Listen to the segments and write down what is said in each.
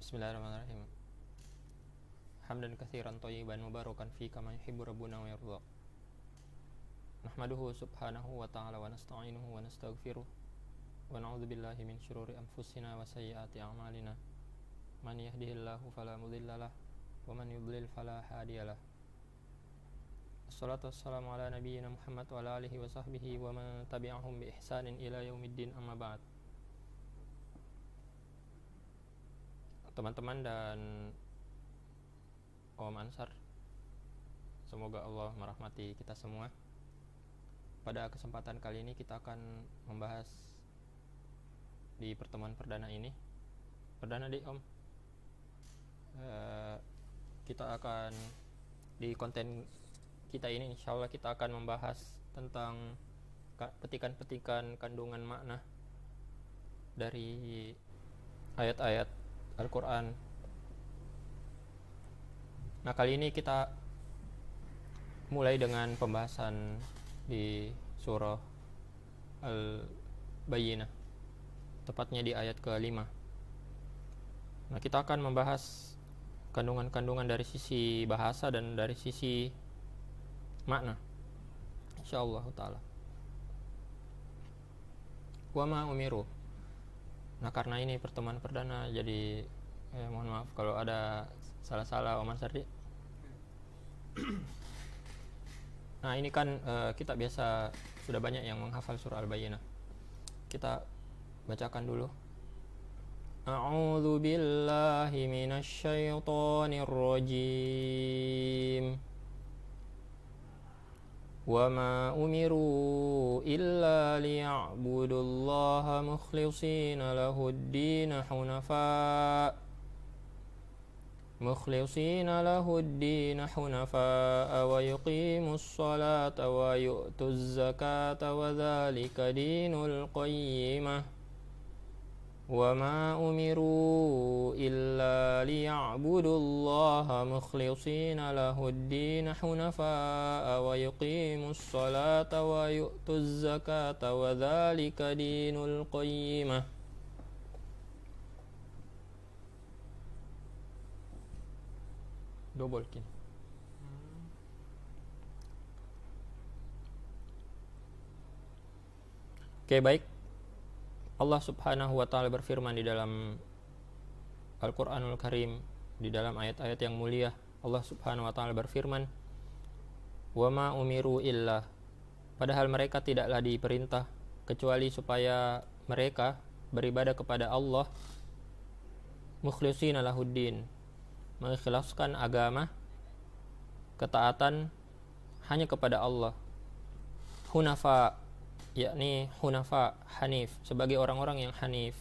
Bismillahirrahmanirrahim. Hamdan katsiran thayyiban mubarakan fi kama yuhibbu rabbuna wa yarda. Nahmaduhu subhanahu wa ta'ala wa nasta'inuhu wa nastaghfiruh wa na'udzu billahi min syururi anfusina wa sayyiati a'malina. Man yahdihillahu fala mudhillalah wa man yudlil fala hadiyalah. Wassalatu wassalamu ala nabiyyina Muhammad wa ala alihi wa sahbihi wa man tabi'ahum bi ihsanin ila yaumiddin, amma ba'd. Teman-teman dan Om Ansar, semoga Allah merahmati kita semua. Pada kesempatan kali ini kita akan membahas di pertemuan perdana ini, perdana di Om, kita akan di konten kita ini insya Allah kita akan membahas tentang petikan-petikan kandungan makna dari ayat-ayat Al-Quran. Nah, kali ini kita mulai dengan pembahasan di surah Al-Bayyinah, tepatnya di ayat ke-5. Nah, kita akan membahas kandungan-kandungan dari sisi bahasa dan dari sisi makna, insyaallah ta'ala. Wa ma umiru. Nah, karena ini pertemuan perdana, jadi mohon maaf kalau ada salah-salah Om Ansari. Nah, ini kan kita biasa sudah banyak yang menghafal surah Al-Bayyinah. Kita bacakan dulu. A'udzu billahi minasy syaithanir rajim. وَمَا أُمِرُوا إِلَّا لِيَعْبُدُوا اللَّهَ مُخْلِصِينَ لَهُ الدِّينَ حُنَفَاءَ وَيُقِيمُوا الصَّلَاةَ وَيُؤْتُوا الزَّكَاةَ وَذَلِكَ دِينُ الْقَيِّمَةِ وَمَا أُمِرُوا إِلَّا لِيَعْبُدُوا اللَّهَ مُخْلِصِينَ لَهُ الدِّينَ حُنَفَاءَ وَيُقِيمُوا الصَّلَاةَ وَيُؤْتُوا الزَّكَاةَ وَذَلِكَ دِينُ الْقَيِّمَةِ. Double kin. Oke, baik. Allah subhanahu wa ta'ala berfirman di dalam Al-Quranul Karim, di dalam ayat-ayat yang mulia. Allah subhanahu wa ta'ala berfirman, wa ma umiru illa, padahal mereka tidaklah diperintah kecuali supaya mereka beribadah kepada Allah, mukhlishina lahuddin, mengikhlaskan agama, ketaatan hanya kepada Allah, hunafa, yakni hunafa, hanif, sebagai orang-orang yang hanif,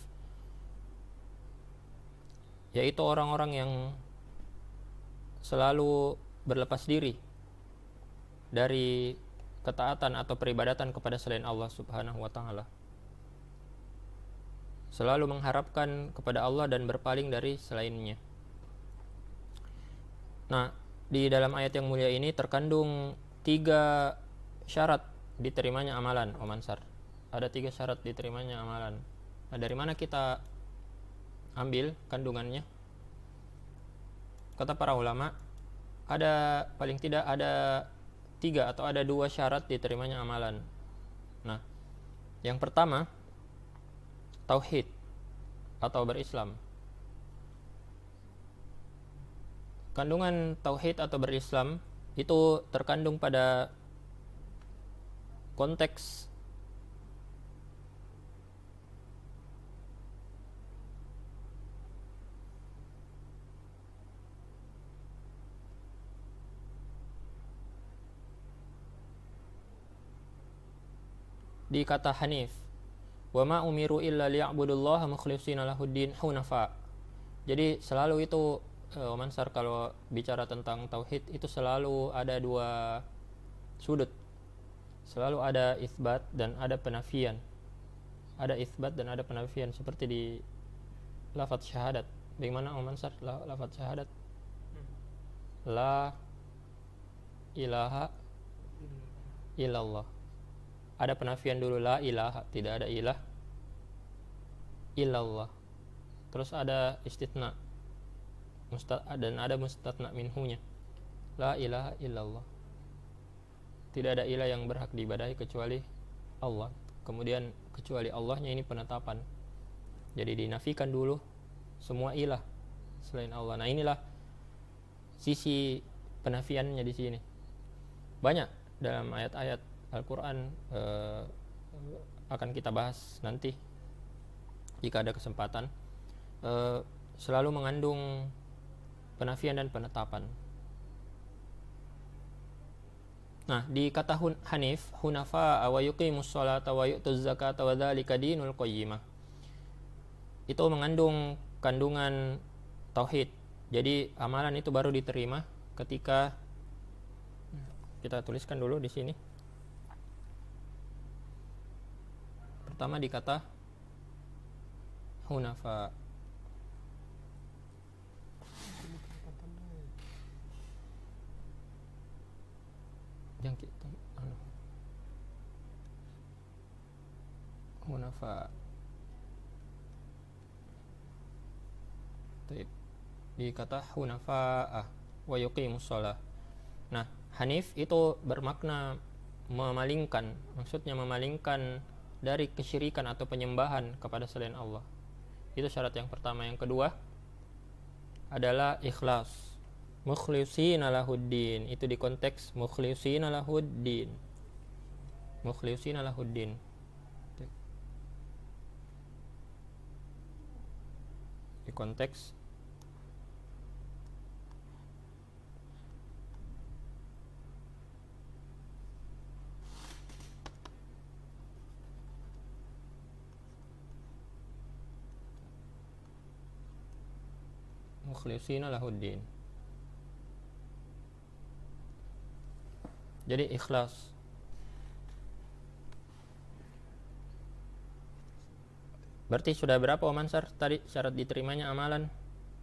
yaitu orang-orang yang selalu berlepas diri dari ketaatan atau peribadatan kepada selain Allah subhanahu wa ta'ala, selalu mengharapkan kepada Allah dan berpaling dari selainnya. Nah, di dalam ayat yang mulia ini terkandung 3 syarat diterimanya amalan, Om Ansar. Ada 3 syarat diterimanya amalan. Nah, dari mana kita ambil kandungannya? Kata para ulama, ada paling tidak ada 3 atau ada 2 syarat diterimanya amalan. Nah, yang pertama, tauhid atau berislam. Kandungan tauhid atau berislam itu terkandung pada konteks di kata hanif, wa ma umiru illa liya'budullaha mukhlishina lahuddin hunafa. Jadi selalu itu Om Ansar, kalau bicara tentang tauhid itu selalu ada 2 sudut. Selalu ada isbat dan ada penafian. Ada isbat dan ada penafian, seperti di lafaz syahadat. Bagaimana Om Ansar lafaz syahadat? La ilaha illallah. Ada penafian dulu, la ilaha, tidak ada ilah illallah. Terus ada istitsna, dan ada mustatna minhunya. La ilaha illallah. Tidak ada ilah yang berhak diibadahi kecuali Allah. Kemudian kecuali Allahnya ini penetapan. Jadi dinafikan dulu semua ilah selain Allah. Nah, inilah sisi penafiannya di sini. Banyak dalam ayat-ayat Al-Qur'an, akan kita bahas nanti jika ada kesempatan, selalu mengandung penafian dan penetapan. Nah, di kata Hanif, hunafa wa yuqimus sholata wa yu'tuz zakata wa dzalika dinul qayyimah, itu mengandung kandungan tauhid. Jadi amalan itu baru diterima ketika kita tuliskan dulu di sini. Pertama di kata hunafa. Yang kita hunafa. Di kata hunafa'ah wa yuqimus shalah. Nah, hanif itu bermakna memalingkan, maksudnya memalingkan dari kesyirikan atau penyembahan kepada selain Allah. Itu syarat yang pertama. Yang kedua adalah ikhlas, mukhlishina lahuddin. Itu di konteks mukhlishina lahuddin. Mukhlishina lahuddin. Di konteks mukhlishina lahuddin. Jadi ikhlas. Berarti sudah berapa Om Ansar tadi syarat diterimanya amalan?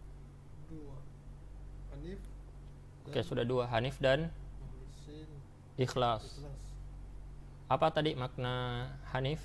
2. Hanif. Oke, sudah 2, hanif dan ikhlas. Apa tadi makna hanif?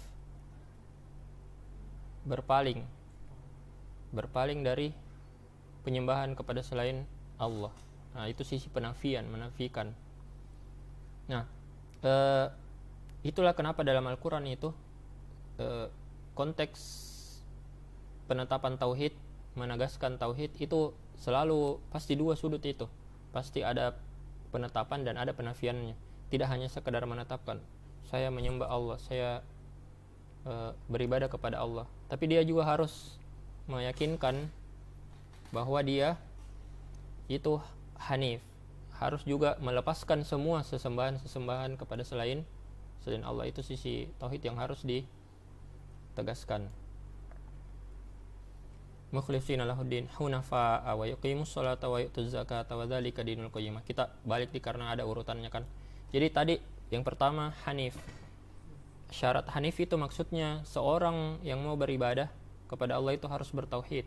Berpaling. Berpaling dari penyembahan kepada selain Allah. Nah, itu sisi penafian, menafikan. Nah, itulah kenapa dalam Al-Quran itu konteks penetapan tauhid, menegaskan tauhid itu selalu pasti 2 sudut itu. Pasti ada penetapan dan ada penafiannya. Tidak hanya sekedar menetapkan, saya menyembah Allah, saya beribadah kepada Allah, tapi dia juga harus meyakinkan bahwa dia itu hanif, harus juga melepaskan semua sesembahan kepada selain Allah. Itu sisi tauhid yang harus ditegaskan. Mukhlishina lahuddin hunafa wa yuqimus sholata wa yu'tuz zakata wa dzalika dinul qayyimah. Kita balik karena ada urutannya kan. Jadi tadi yang pertama hanif. Syarat hanif itu maksudnya seorang yang mau beribadah kepada Allah itu harus bertauhid,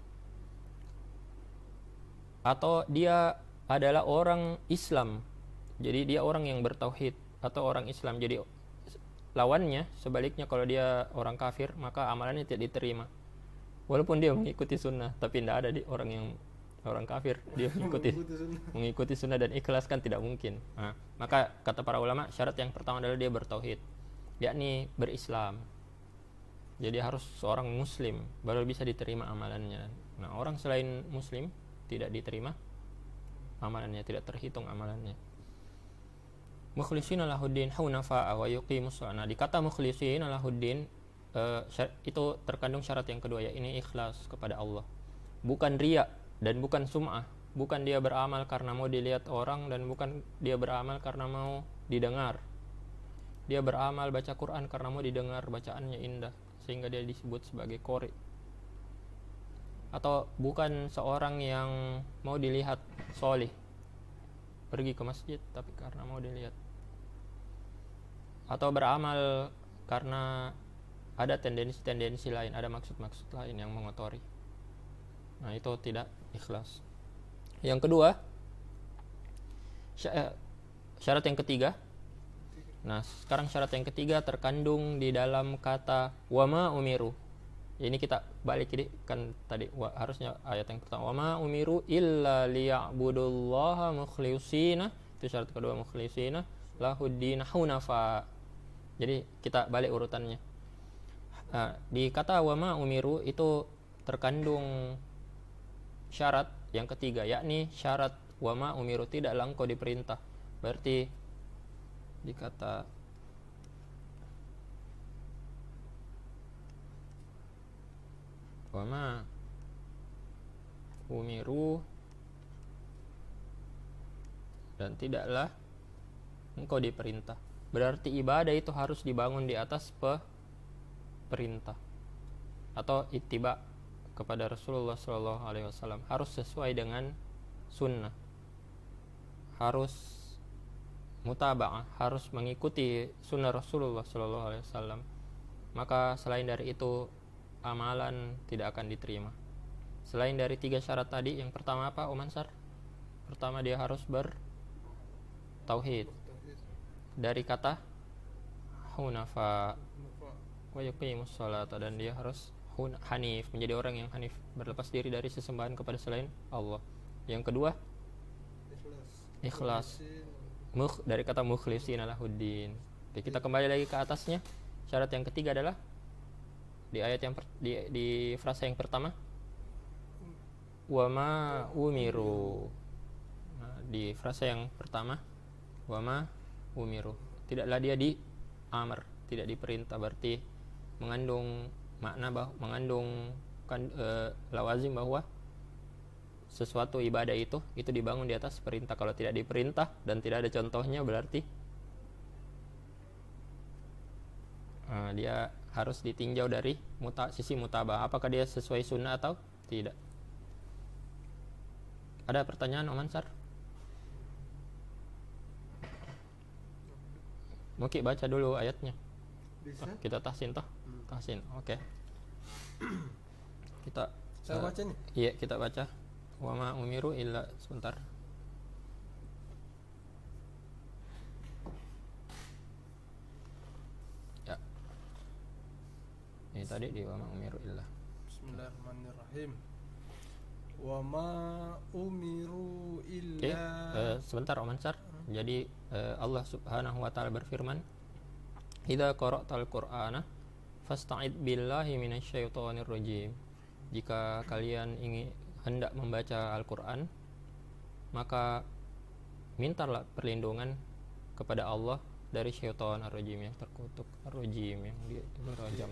atau dia adalah orang Islam, jadi dia orang yang bertauhid atau orang Islam. Jadi lawannya sebaliknya, kalau dia orang kafir maka amalannya tidak diterima walaupun dia mengikuti sunnah, tapi tidak ada di orang kafir dia mengikuti sunnah dan ikhlas, kan tidak mungkin. Nah, maka kata para ulama syarat yang pertama adalah dia bertauhid, yakni berislam. Jadi harus seorang muslim baru bisa diterima amalannya. Nah, orang selain muslim tidak diterima amalannya, tidak terhitung amalannya. Mukhlishina lahuddin hunafa wa yuqimus shalah. Nah, di kata mukhlishina lahuddin itu terkandung syarat yang kedua, ya ini ikhlas kepada Allah. Bukan riya dan bukan sum'ah. Bukan dia beramal karena mau dilihat orang, dan bukan dia beramal karena mau didengar. Dia beramal baca Quran karena mau didengar bacaannya indah sehingga dia disebut sebagai qori. Atau bukan seorang yang mau dilihat solih, pergi ke masjid tapi karena mau dilihat. Atau beramal karena ada tendensi-tendensi lain, ada maksud-maksud lain yang mengotori. Nah, itu tidak ikhlas. Yang kedua, syarat yang ketiga. Nah, sekarang syarat yang ketiga terkandung di dalam kata wama umiru, Ini kita balik ini kan tadi harusnya ayat yang pertama wa ma umiru illa liya'budullaha mukhlishina, itu syarat kedua mukhlishina lahuddin hunafa. Jadi kita balik urutannya. Di kata wa ma umiru itu terkandung syarat yang ketiga, yakni syarat wa ma umiru, tidaklah engkau diperintah. Berarti dikata wa ma umiru dan tidaklah engkau diperintah, berarti ibadah itu harus dibangun di atas perintah atau ittiba kepada Rasulullah SAW, harus sesuai dengan sunnah, harus mutaba'ah, harus mengikuti sunnah Rasulullah SAW. Maka selain dari itu amalan tidak akan diterima. Selain dari 3 syarat tadi, yang pertama apa, Omansar? Pertama dia harus bertauhid. Dari kata hunafa wa yuqimus sholata, dan dia harus hanif, menjadi orang yang hanif, berlepas diri dari sesembahan kepada selain Allah. Yang kedua ikhlas. Dari kata mukhlishina lahuddin. Oke, kita kembali lagi ke atasnya. Syarat yang ketiga adalah di ayat yang di frasa yang pertama wa ma umiru. Nah, di frasa yang pertama wa ma umiru, tidaklah dia diamr, tidak diperintah, berarti mengandung makna mengandung lawazim bahwa sesuatu ibadah itu dibangun di atas perintah. Kalau tidak diperintah dan tidak ada contohnya, berarti dia harus ditinjau dari sisi mutabah, apakah dia sesuai sunnah atau tidak. Ada pertanyaan, Omansar? Mungkin baca dulu ayatnya. Bisa? Kita tahsin toh? Tahsin, oke. Kita Saya baca nih? Iya, kita baca. Wa ma umiru illa, sebentar. Ya. Ini tadi di wa ma umiru illa. Bismillahirrahmanirrahim. Wa ma umiru Oke, illa sebentar Omansar. Jadi Allah Subhanahu wa taala berfirman, "Idza qara'tal Qur'ana fasta'id billahi minasyaitonir rajim." Jika kalian hendak membaca Al-Qur'an, maka mintalah perlindungan kepada Allah dari syaitan ar-rajim yang terkutuk, ar-rajim yang dirajam.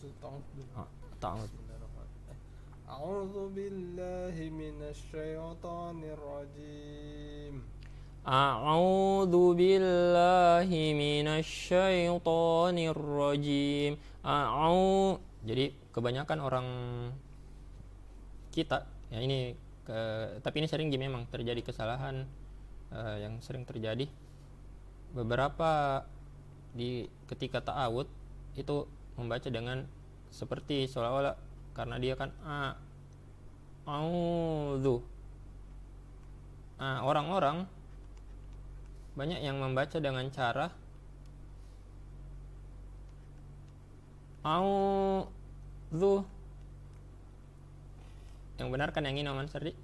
A'udzu billahi minasyaitonir rajim. A'udzu billahi minasyaitonir rajim. Jadi kebanyakan orang kita ya ini tapi ini sering memang terjadi kesalahan yang sering terjadi. Beberapa ketika ta'awud itu membaca dengan seperti seolah-olah, karena dia kan a'udzu. Orang-orang banyak yang membaca dengan cara a'udzu. Yang benar kan yang ini, Oman Sardi?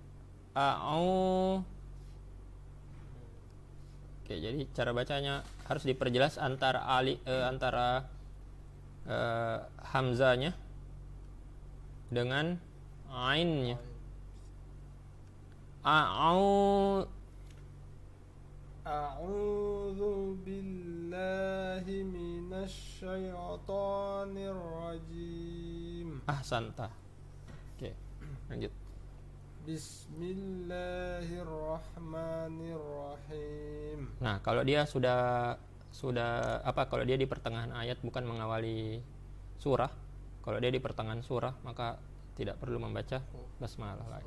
Oke, jadi cara bacanya harus diperjelas antara hamzanya dengan ainnya. A'udzu billahi minasyaitonir rajim. Ahsanta. Oke, lanjut. Bismillahirrahmanirrahim. Nah, kalau dia sudah kalau dia di pertengahan ayat bukan mengawali surah, kalau dia di pertengahan surah maka tidak perlu membaca basmalah lagi.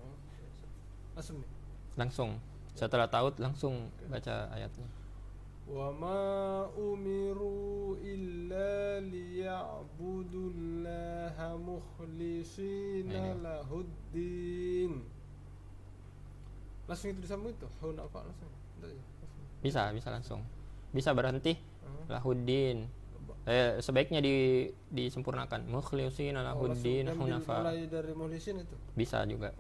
Langsung setelah taud langsung baca ayatnya. Wa ma umiru illa liya'budullaha mukhlishina lahuddin. Langsung itu disambung itu? Hunafa langsung. Bisa langsung. Bisa berhenti lahuddin. Sebaiknya disempurnakan. Mukhlishina lahuddin hunafa. Mulai dari mukhlisin itu. Bisa juga.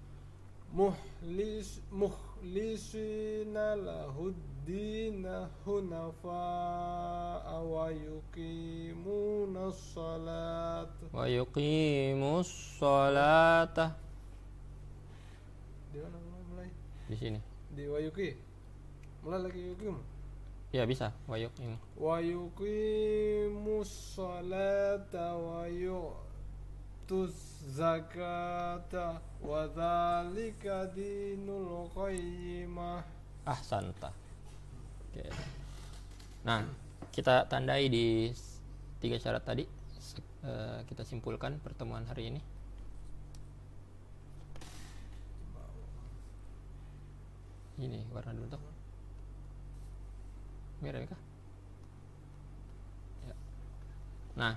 Mukhlisina lahuddin hunafa wa yuqimunas salat. Wa yuqimus sholata. Di mana mulai? Di sini. Di wayuki. Mulai lagi yukim. Ya bisa. Wa yuqim. Wa yuqimus salata wa yu'tuz zakata wa dzalika dinul qayyimah. Ahsanta. Oke. Nah, kita tandai di 3 syarat tadi. Kita simpulkan pertemuan hari ini. Ini warna dulu tuh. Merah kah? Ya. Nah,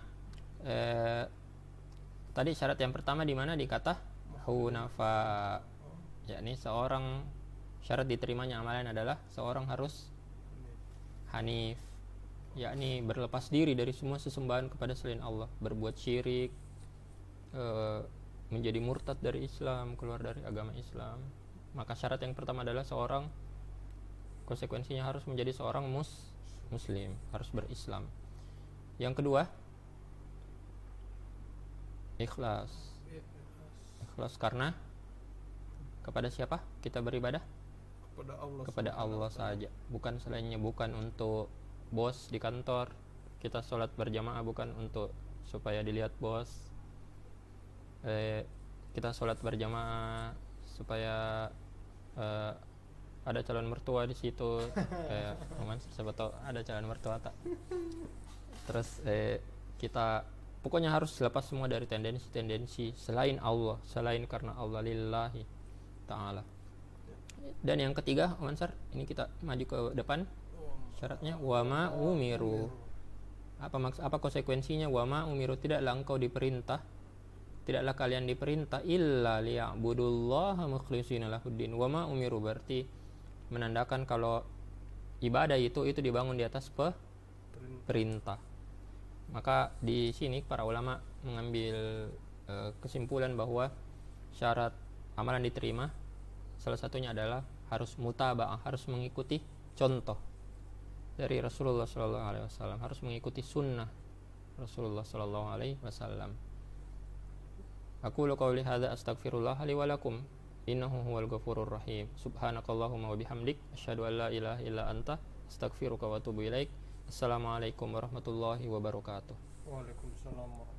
tadi syarat yang pertama di mana? Di kata hunafa. Yakni seorang syarat diterimanya amalan adalah seorang harus hanif, yakni berlepas diri dari semua sesembahan kepada selain Allah, berbuat syirik, menjadi murtad dari Islam, keluar dari agama Islam. Maka syarat yang pertama adalah seorang konsekuensinya harus menjadi seorang muslim, harus berislam. Yang kedua, ikhlas. Ikhlas karena kepada siapa kita beribadah? Kepada Allah saja, bukan selainnya. Bukan untuk bos di kantor kita sholat berjamaah, bukan untuk supaya dilihat bos. Kita sholat berjamaah supaya ada calon mertua di situ. Siapa tahu ada calon mertua tak. Terus kita pokoknya harus lepas semua dari tendensi selain Allah, selain karena Allah, lillahi ta'ala. Dan yang ketiga, Mansar, ini kita maju ke depan. Syaratnya wama umiru. Apa konsekuensinya? Wama umiru, tidaklah engkau diperintah, tidaklah kalian diperintah illa liya'budullaha mukhlishina lahuddin. Wama umiru berarti menandakan kalau ibadah itu dibangun di atas perintah. Maka di sini para ulama mengambil kesimpulan bahwa syarat amalan diterima salah satunya adalah harus mutaba'ah, harus mengikuti contoh dari Rasulullah sallallahu alaihi wasallam, harus mengikuti sunnah Rasulullah sallallahu alaihi wasallam. Aqulu qouli hadza astaghfirullah li wa lakum innahu huwal ghafurur rahim. Subhanakallahumma wa bihamdik asyhadu an la ilaha illa anta astaghfiruka wa atubu ilaik. Assalamualaikum warahmatullahi wabarakatuh. Waalaikumsalam.